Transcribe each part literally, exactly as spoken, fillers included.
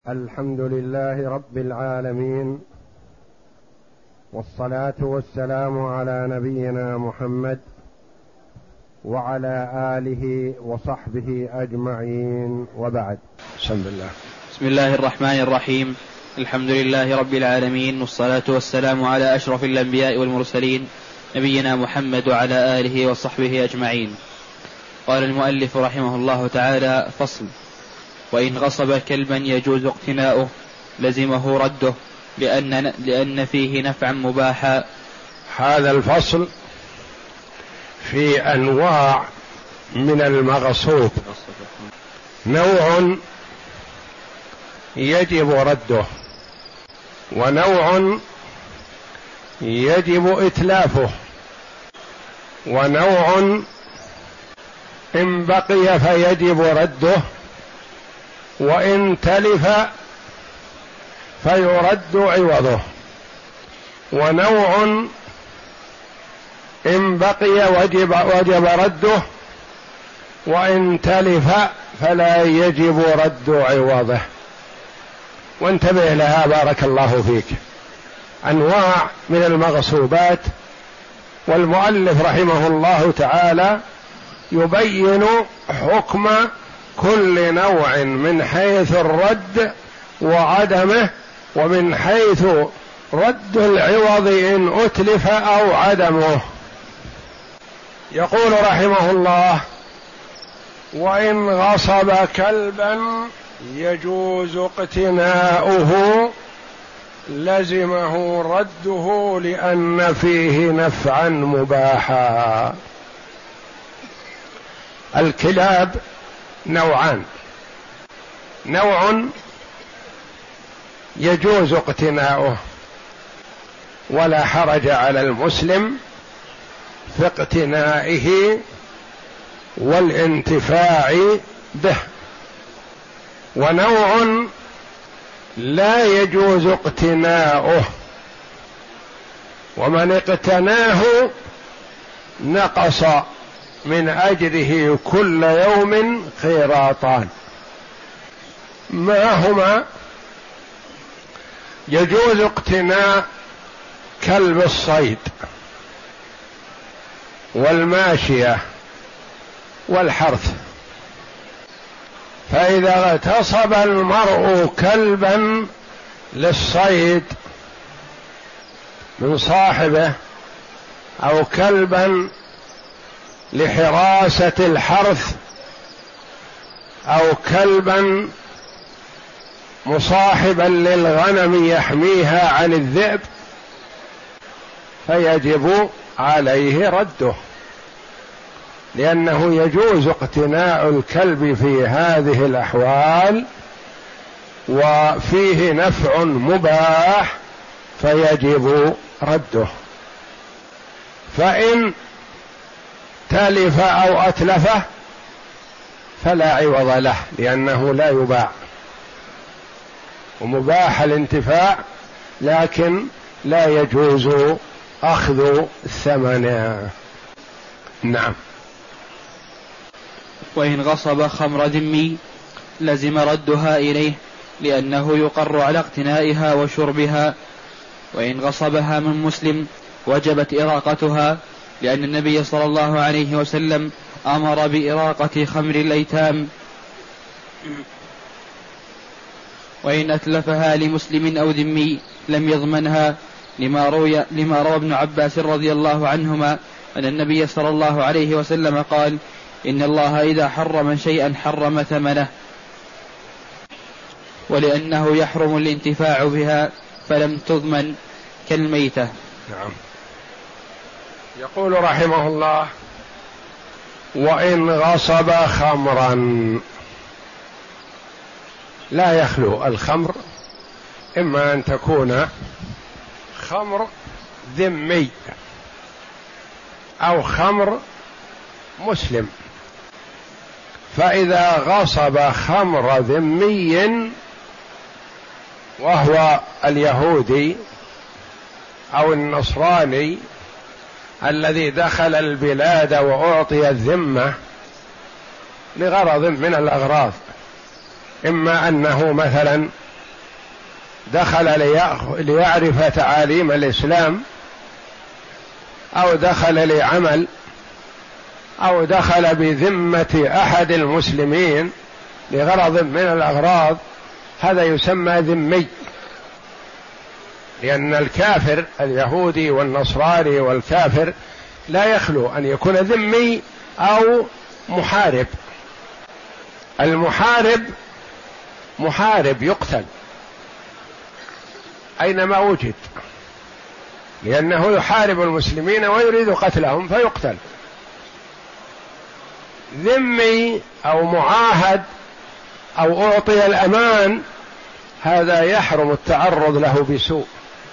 الحمد لله رب العالمين، والصلاة والسلام على نبينا محمد وعلى آله وصحبه أجمعين، وبعد. بسم الله بسم الله الرحمن الرحيم. الحمد لله رب العالمين، والصلاة والسلام على أشرف الأنبياء والمرسلين نبينا محمد وعلى آله وصحبه أجمعين. قال المؤلف رحمه الله تعالى: فصل: وإن غصب كلبا يجوز اقتناؤه لزمه رده لأن, لأن فيه نفعا مباحا. هذا الفصل في أنواع من المغصوب. نوع يجب رده، ونوع يجب إتلافه، ونوع إن بقي فيجب رده، وإن تلف فيرد عوضه، ونوع إن بقي وجب, وجب رده، وإن تلف فلا يجب رد عوضه. وانتبه لها بارك الله فيك. أنواع من المغصوبات، والمؤلف رحمه الله تعالى يبين حكم كل نوع من حيث الرد وعدمه، ومن حيث رد العوض إن أتلف أو عدمه. يقول رحمه الله: وإن غصب كلبا يجوز اقتناؤه لزمه رده لأن فيه نفعا مباحا. الكلاب نوعان: نوع يجوز اقتناؤه ولا حرج على المسلم في اقتنائه والانتفاع به، ونوع لا يجوز اقتناؤه، ومن اقتناه نقص من أجره كل يوم قيراطان. ما هما؟ يجوز اقتناء كلب الصيد والماشية والحرث، فإذا اغتصب المرء كلبا للصيد من صاحبه، أو كلبا لحراسة الحرث، أو كلبا مصاحبا للغنم يحميها عن الذئب، فيجب عليه رده، لأنه يجوز اقتناء الكلب في هذه الأحوال وفيه نفع مباح، فيجب رده. فإن تلف أو أتلفه فلا عوض له، لأنه لا يباع، ومباح الانتفاع لكن لا يجوز أخذ ثمنه. نعم. وإن غصب خمر ذمي لزم ردها إليه لأنه يقر على اقتنائها وشربها. وإن غصبها من مسلم وجبت إراقتها، لأن النبي صلى الله عليه وسلم أمر بإراقة خمر الأيتام. وإن أتلفها لمسلم أو ذمي لم يضمنها، لما روى, لما روى ابن عباس رضي الله عنهما أن النبي صلى الله عليه وسلم قال: إن الله إذا حرم شيئا حرم ثمنه، ولأنه يحرم الانتفاع بها فلم تضمن كالميتة. نعم. يقول رحمه الله: وإن غصب خمرا، لا يخلو الخمر إما أن تكون خمر ذمي أو خمر مسلم. فإذا غصب خمر ذمي وهو اليهودي أو النصراني الذي دخل البلاد وأعطي الذمة لغرض من الأغراض، إما أنه مثلا دخل ليعرف تعاليم الإسلام، أو دخل لعمل، أو دخل بذمة أحد المسلمين لغرض من الأغراض، هذا يسمى ذمي. لأن الكافر اليهودي والنصراني والكافر لا يخلو أن يكون ذمي أو محارب. المحارب محارب يقتل أينما وجد، لأنه يحارب المسلمين ويريد قتلهم فيقتل. ذمي أو معاهد أو أعطي الأمان، هذا يحرم التعرض له بسوء.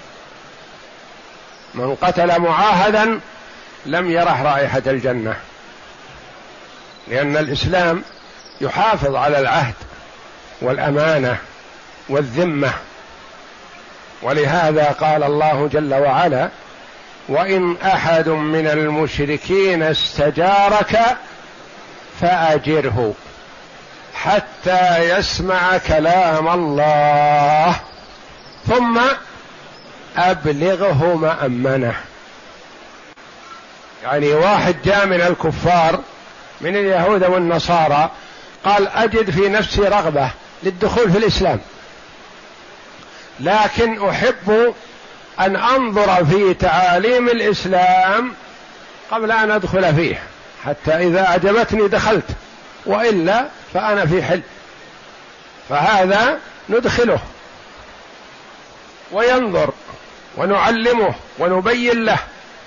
من قتل معاهدا لم يرح رائحة الجنة، لأن الإسلام يحافظ على العهد والأمانة والذمة. ولهذا قال الله جل وعلا: وإن أحد من المشركين استجارك فأجره حتى يسمع كلام الله ثم أبلغه مأمنه. يعني واحد جاء من الكفار من اليهود والنصارى قال: أجد في نفسي رغبة للدخول في الإسلام، لكن أحب أن أنظر في تعاليم الإسلام قبل أن أدخل فيه، حتى إذا أعجبتني دخلت، وإلا فأنا في حل. فهذا ندخله وينظر ونعلمه ونبين له،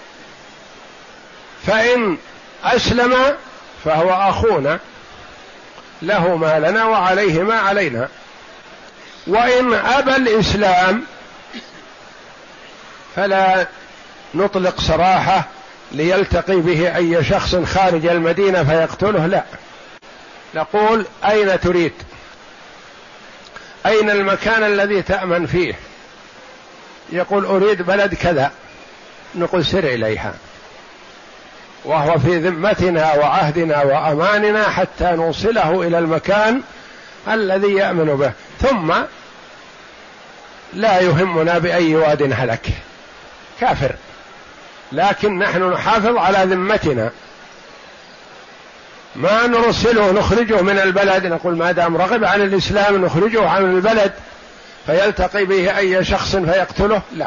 فإن أسلم فهو أخونا، له ما لنا وعليه ما علينا. وإن أبى الإسلام فلا نطلق سراحه ليلتقي به أي شخص خارج المدينة فيقتله، لا، نقول: أين تريد؟ أين المكان الذي تأمن فيه؟ يقول: أريد بلد كذا، نقول: سر إليها، وهو في ذمتنا وعهدنا وأماننا حتى نوصله إلى المكان الذي يأمن به، ثم لا يهمنا بأي واد هلك، كافر، لكن نحن نحافظ على ذمتنا، ما نرسله نخرجه من البلد، نقول ما دام رغب عن الإسلام نخرجه عن البلد فيلتقي به أي شخص فيقتله، لا،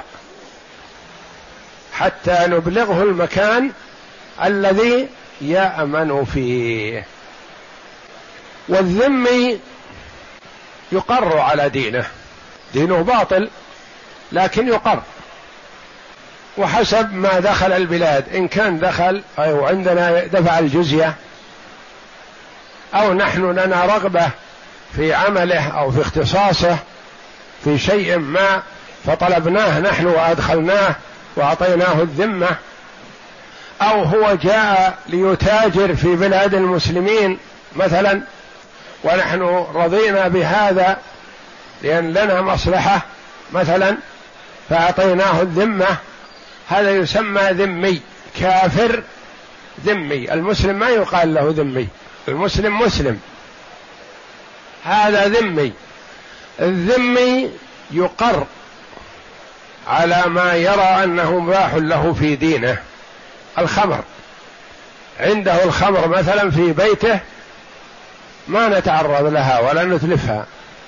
حتى نبلغه المكان الذي يأمن فيه. والذمي يقر على دينه، دينه باطل لكن يقر، وحسب ما دخل البلاد، إن كان دخل أو عندنا دفع الجزية، أو نحن لنا رغبة في عمله أو في اختصاصه في شيء ما فطلبناه نحن وأدخلناه وأعطيناه الذمة، أو هو جاء ليتاجر في بلاد المسلمين مثلا ونحن رضينا بهذا لأن لنا مصلحة مثلا فأعطيناه الذمة، هذا يسمى ذمي. كافر ذمي، المسلم ما يقال له ذمي، المسلم مسلم، هذا ذمي. الذمي يقر على ما يرى أنه مباح له في دينه. الخمر، عنده الخمر مثلا في بيته ما نتعرض لها ولا نتلفها،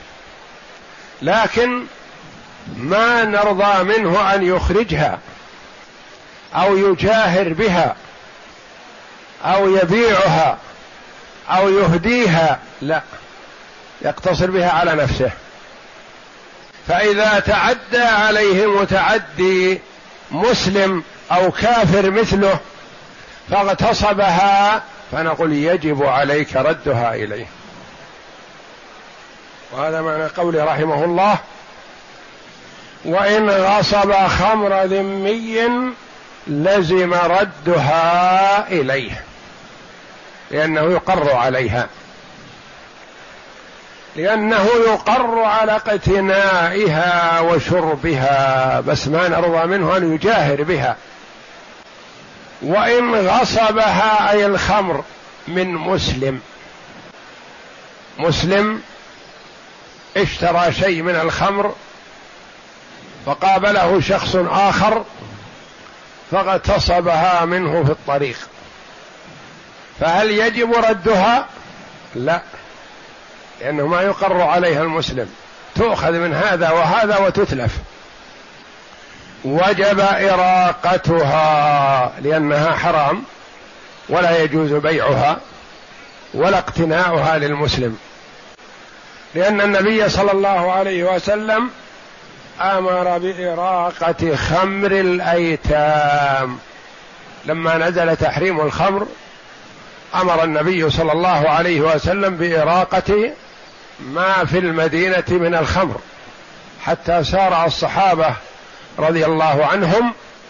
لكن ما نرضى منه أن يخرجها أو يجاهر بها أو يبيعها أو يهديها، لا، يقتصر بها على نفسه. فإذا تعدى عليه متعدي مسلم أو كافر مثله فاغتصبها فنقول يجب عليك ردها إليه. وهذا معنى قوله رحمه الله: وإن غصب خمر ذمي لزم ردها إليه، لأنه يقر عليها، لأنه يقر على اقتنائها وشربها، بس ما نرضى منه أن يجاهر بها. وإن غصبها أي الخمر من مسلم، مسلم اشترى شيء من الخمر فقابله شخص آخر فاغتصبها منه في الطريق، فهل يجب ردها؟ لا، لأنه ما يقر عليها المسلم، تؤخذ من هذا وهذا وتتلف. وجب إراقتها لأنها حرام ولا يجوز بيعها ولا اقتناؤها للمسلم، لأن النبي صلى الله عليه وسلم أمر بإراقة خمر الأيتام. لما نزل تحريم الخمر أمر النبي صلى الله عليه وسلم بإراقة ما في المدينة من الخمر، حتى سارع الصحابة رضي الله عنهم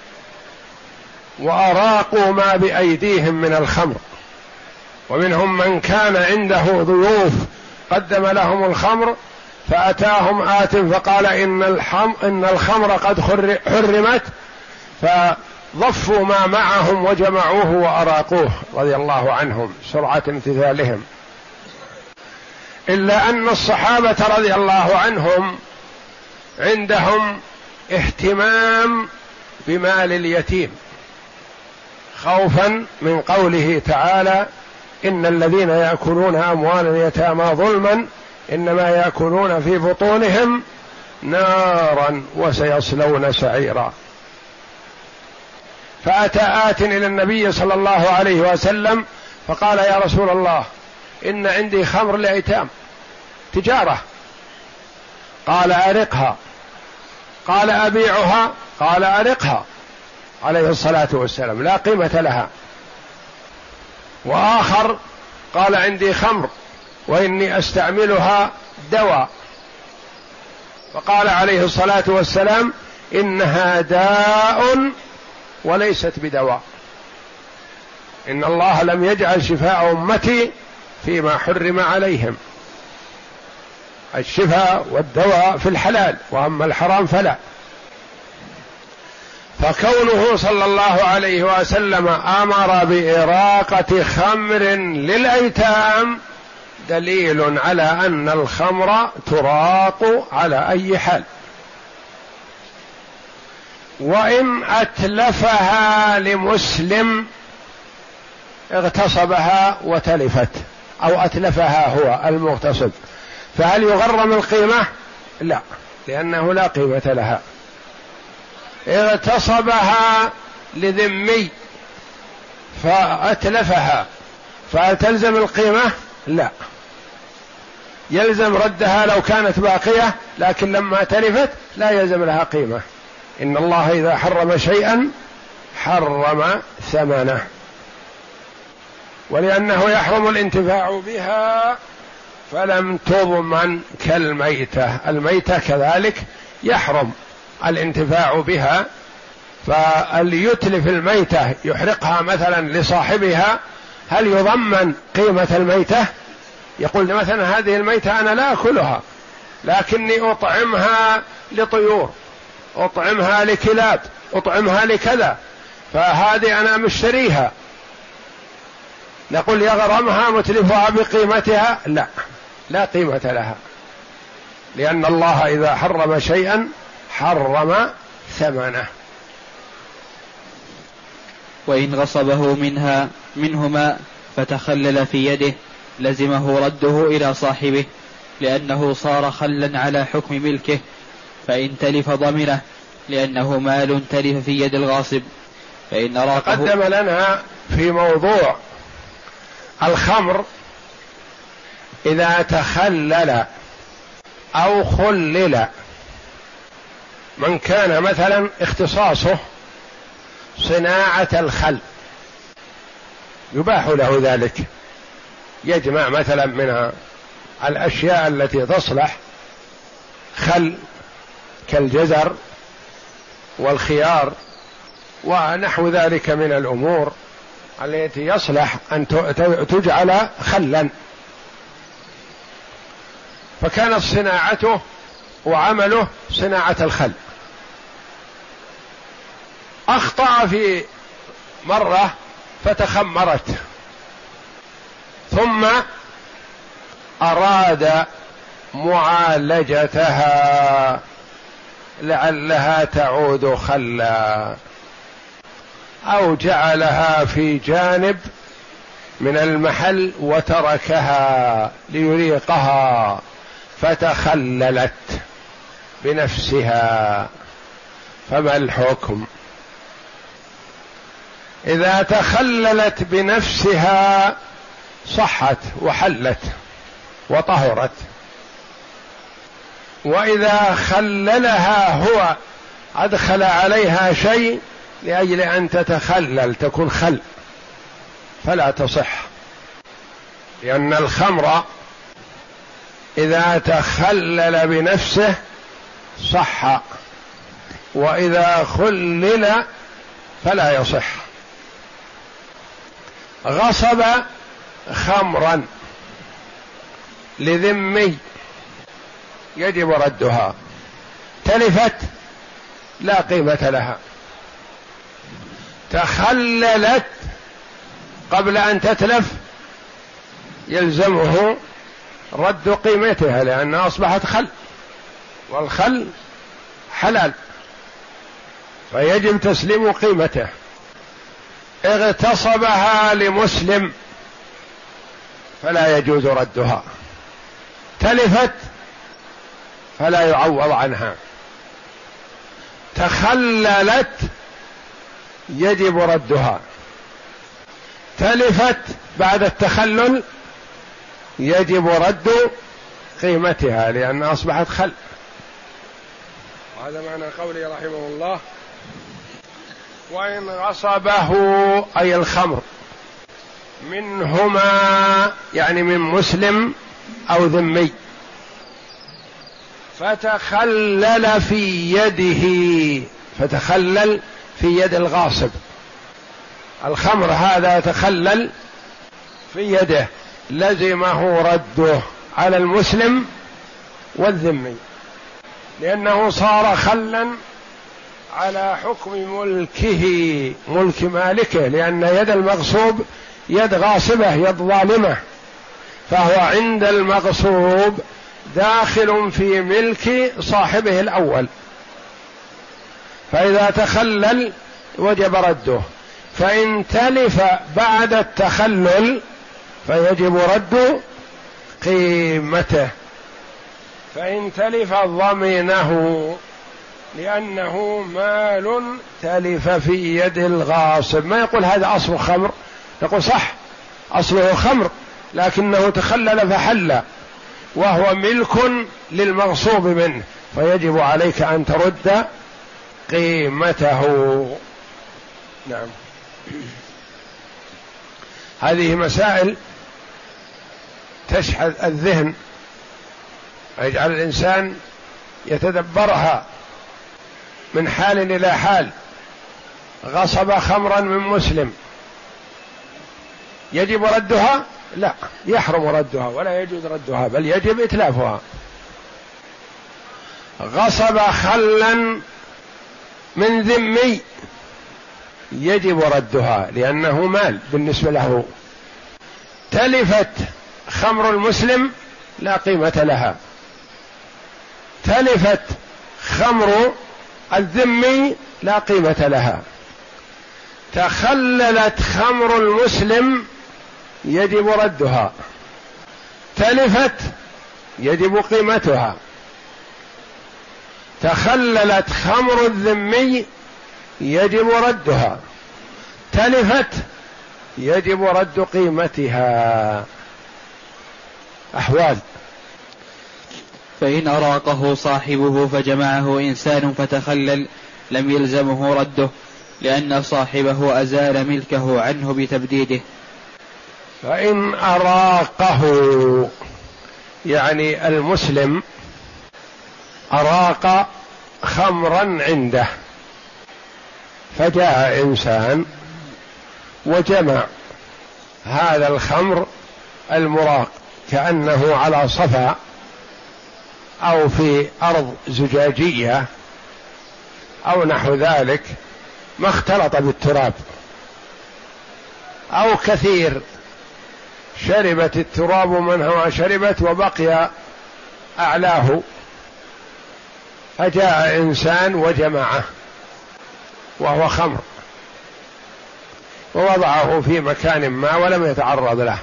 وأراقوا ما بأيديهم من الخمر، ومنهم من كان عنده ضيوف قدم لهم الخمر فأتاهم آت فقال إن, الحم إن الخمر قد حرمت، فضفوا ما معهم وجمعوه وأراقوه رضي الله عنهم سرعة امتثالهم. إلا أن الصحابة رضي الله عنهم عندهم اهتمام بمال اليتيم، خوفا من قوله تعالى إن الذين يأكلون أموال اليتامى ظلما إنما يأكلون في بطونهم نارا وسيصلون سعيرا. فأتى آت إلى النبي صلى الله عليه وسلم فقال يا رسول الله إن عندي خمر لأيتام تجارة، قال أرقها، قال أبيعها، قال أرقها عليه الصلاة والسلام لا قيمة لها. وآخر قال عندي خمر وإني أستعملها دواء، فقال عليه الصلاة والسلام إنها داء وليست بدواء، إن الله لم يجعل شفاء أمتي فيما حرم عليهم، الشفاء والدواء في الحلال وأما الحرام فلا. فكونه صلى الله عليه وسلم أمر بإراقة خمر للأيتام دليل على أن الخمر تراق على أي حال، وإن أتلفها لمسلم اغتصبها وتلفت أو أتلفها هو المغتصب، فهل يغرم القيمة؟ لا، لأنه لا قيمة لها. اغتصبها لذمي فأتلفها فهل تلزم القيمة؟ لا، يلزم ردها لو كانت باقية، لكن لما تلفت لا يلزم لها قيمة. إن الله إذا حرم شيئا حرم ثمنه، ولأنه يحرم الانتفاع بها فلم تضمن كالميتة، الميتة كذلك يحرم الانتفاع بها، فليتلف الميتة يحرقها مثلا لصاحبها، هل يضمن قيمة الميتة؟ يقول مثلا هذه الميتة أنا لا أكلها لكني أطعمها لطيور، أطعمها لكلاب، أطعمها لكذا، فهذه أنا مشتريها، نقول يغرمها متلفها بقيمتها؟ لا، لا قيمة لها، لأن الله إذا حرم شيئا حرم ثمنه. وإن غصبه منها منهما فتخلل في يده لزمه رده إلى صاحبه، لأنه صار خلا على حكم ملكه، فإن تلف ضمنه لأنه مال تلف في يد الغاصب. فإن راقه تقدم لنا في موضوع الخمر إذا تخلل أو خلل، من كان مثلا اختصاصه صناعة الخل يباح له ذلك، يجمع مثلا من الأشياء التي تصلح خل كالجزر والخيار ونحو ذلك من الأمور التي يصلح أن تجعل خلا، فكانت صناعته وعمله صناعة الخل، أخطأ في مرة فتخمرت، ثم أراد معالجتها لعلها تعود خلا، أو جعلها في جانب من المحل وتركها ليريقها فتخللت بنفسها، فما الحكم؟ إذا تخللت بنفسها صحت وحلت وطهرت، وإذا خللها هو أدخل عليها شيء لأجل أن تتخلل تكون خل فلا تصح، لأن الخمر إذا تخلل بنفسه صح، وإذا خلل فلا يصح. غصب خمرا لذمي يجب ردها، تلفت لا قيمة لها، تخللت قبل أن تتلف يلزمه رد قيمتها لأنها أصبحت خل، والخل حلال فيجب تسليم قيمته. اغتصبها لمسلم فلا يجوز ردها، تلفت فلا يعوض عنها، تخللت يجب ردها، تلفت بعد التخلل يجب رد قيمتها لأنها أصبحت خل. وهذا معنى قوله رحمه الله: وإن غصبه أي الخمر منهما، يعني من مسلم أو ذمي، فتخلل في يده، فتخلل في يد الغاصب، الخمر هذا تخلل في يده، لزمه رده على المسلم والذمي، لأنه صار خلا على حكم ملكه، ملك مالكه، لأن يد المغصوب يد غاصبة يد ظالمة، فهو عند المغصوب داخل في ملك صاحبه الأول، فإذا تخلل وجب رده، فإن تلف بعد التخلل فيجب رد قيمته، فإن تلف ضمنه لأنه مال تلف في يد الغاصب. ما يقول هذا أصل خمر، نقول صح أصله خمر لكنه تخلل فحل وهو ملك للمغصوب منه، فيجب عليك أن ترد قيمته. نعم، هذه مسائل تشحذ الذهن ويجعل الإنسان يتدبرها من حال إلى حال. غصب خمرا من مسلم يجب ردها؟ لا، يحرم ردها ولا يجوز ردها، بل يجب إتلافها. غصب خلا من ذمي يجب ردها لأنه مال بالنسبة له. تلفت خمر المسلم لا قيمة لها، تلفت خمر الذمي لا قيمة لها. تخللت خمر المسلم يجب ردها، تلفت يجب قيمتها. تخللت خمر الذمي يجب ردها، تلفت يجب رد قيمتها. أحوال: فإن أراقه صاحبه فجمعه إنسان فتخلل لم يلزمه رده، لأن صاحبه أزال ملكه عنه بتبديده. فإن أراقه يعني المسلم أراق خمرا عنده، فجاء إنسان وجمع هذا الخمر المراق كأنه على صفا أو في أرض زجاجية أو نحو ذلك، ما اختلط بالتراب، أو كثير شربت التراب منها وشربت وبقي أعلاه، فجاء إنسان وجمعه وهو خمر ووضعه في مكان ما ولم يتعرض له،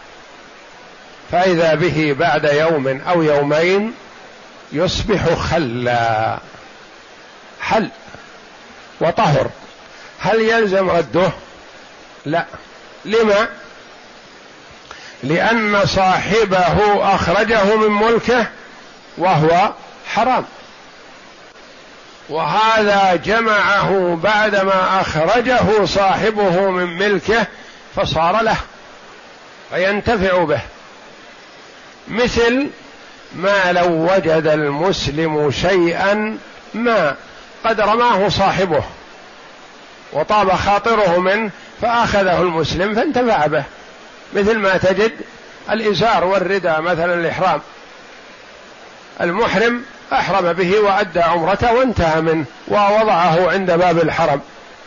فإذا به بعد يوم أو يومين يصبح خلا حل وطهر، هل يلزم رده؟ لا. لما؟ لأن صاحبه أخرجه من ملكه وهو حرام، وهذا جمعه بعدما أخرجه صاحبه من ملكه فصار له فينتفع به، مثل ما لو وجد المسلم شيئا ما قد رماه صاحبه وطاب خاطره منه فأخذه المسلم فانتفع به، مثل ما تجد الإزار والرداء مثلا الإحرام، المحرم أحرم به وأدى عمرته وانتهى منه ووضعه عند باب الحرم،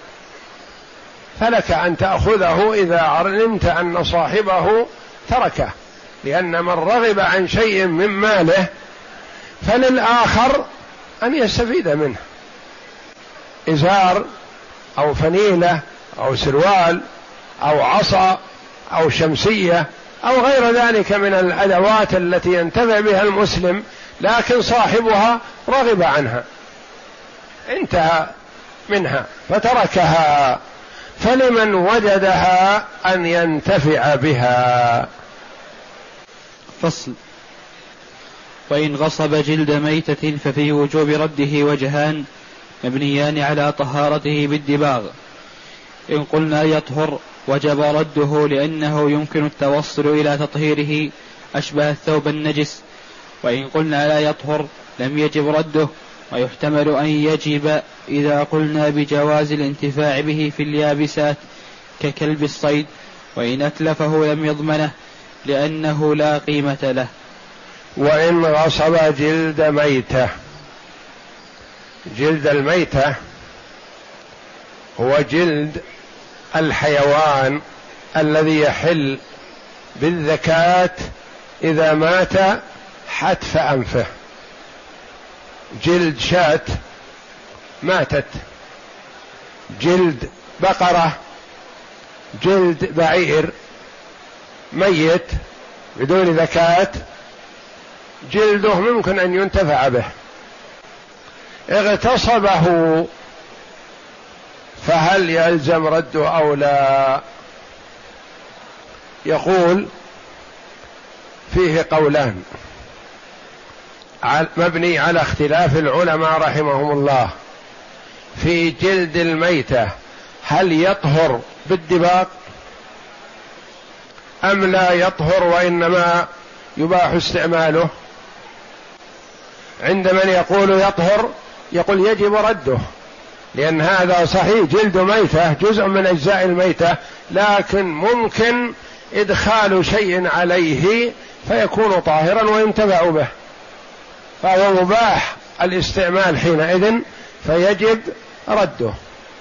فلك أن تأخذه إذا علمت أن صاحبه تركه، لأن من رغب عن شيء من ماله فللآخر أن يستفيد منه، إزار أو فنيلة أو سروال أو عصا أو شمسية أو غير ذلك من الأدوات التي ينتفع بها المسلم، لكن صاحبها رغب عنها انتهى منها فتركها، فلمن وجدها أن ينتفع بها. فصل. وإن غصب جلد ميتة ففي وجوب رده وجهان مبنيان على طهارته بالدباغ. إن قلنا يطهر وجب رده لأنه يمكن التوصل إلى تطهيره أشبه الثوب النجس، وإن قلنا لا يطهر لم يجب رده، ويحتمل أن يجب إذا قلنا بجواز الانتفاع به في اليابسات ككلب الصيد، وإن أتلفه لم يضمنه لأنه لا قيمة له. وإن غصب جلد ميتة، جلد الميتة هو جلد الحيوان الذي يحل بالذكاة إذا مات حتف أنفه، جلد شاة ماتت، جلد بقرة، جلد بعير ميت بدون ذكاة، جلده ممكن أن ينتفع به. اغتصبه فهل يلزم رده أو لا؟ يقول فيه قولان مبني على اختلاف العلماء رحمهم الله في جلد الميتة، هل يطهر بالدباغ أم لا يطهر وإنما يباح استعماله؟ عند من يقول يطهر يقول يجب رده، لأن هذا صحيح جلد ميتة جزء من أجزاء الميتة، لكن ممكن إدخال شيء عليه فيكون طاهرا وينتفع به، فهو مباح الاستعمال حينئذ فيجب رده.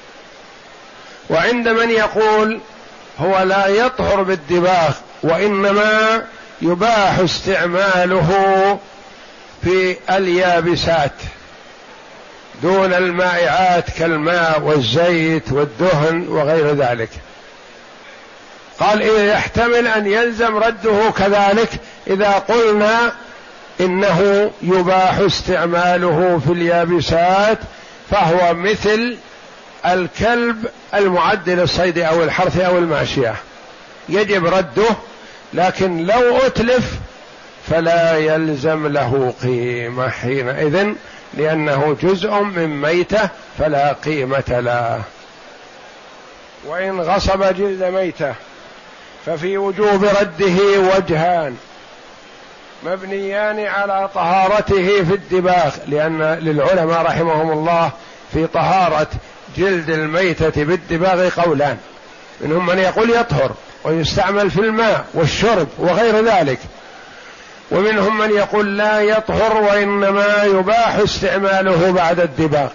وعند من يقول هو لا يطهر بالدباغ وإنما يباح استعماله في اليابسات دون المائعات كالماء والزيت والدهن وغير ذلك، قال إذا يحتمل أن يلزم رده كذلك إذا قلنا إنه يباح استعماله في اليابسات، فهو مثل الكلب المعد للصيد أو الحرث أو الماشية يجب رده، لكن لو أتلف فلا يلزم له قيمة حينئذ لأنه جزء من ميتة فلا قيمة له. وإن غصب جلد ميتة ففي وجوب رده وجهان مبنيان على طهارته في الدباغ، لأن للعلماء رحمهم الله في طهارة جلد الميتة بالدباغ قولان، منهم من يقول يطهر ويستعمل في الماء والشرب وغير ذلك، ومنهم من يقول لا يطهر وإنما يباح استعماله بعد الدباغ.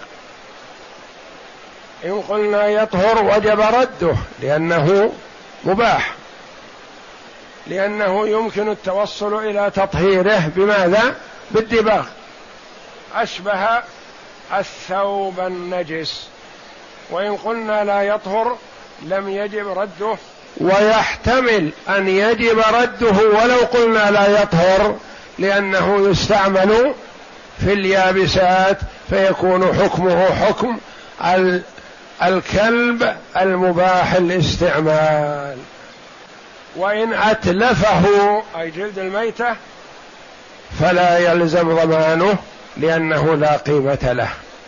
إن قلنا يطهر وجب رده لأنه مباح، لأنه يمكن التوصل إلى تطهيره بماذا؟ بالدباغ، أشبه الثوب النجس، وإن قلنا لا يطهر لم يجب رده، ويحتمل أن يجب رده ولو قلنا لا يطهر، لأنه يستعمل في اليابسات فيكون حكمه حكم الكلب المباح الاستعمال. وإن أتلفه أي جلد الميتة فلا يلزم ضمانه لأنه لا قيمة له.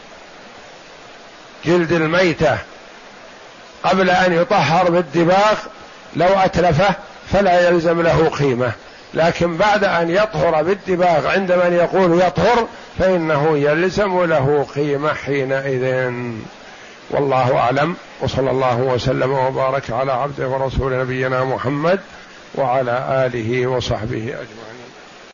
جلد الميتة قبل أن يطهر بالدباغ لو أتلفه فلا يلزم له قيمة، لكن بعد أن يطهر بالدباغ عند من يقول يطهر فإنه يلزم له قيمة حينئذ. والله أعلم، وصلى الله وسلم وبارك على عبده ورسول نبينا محمد وعلى آله وصحبه أجمعين.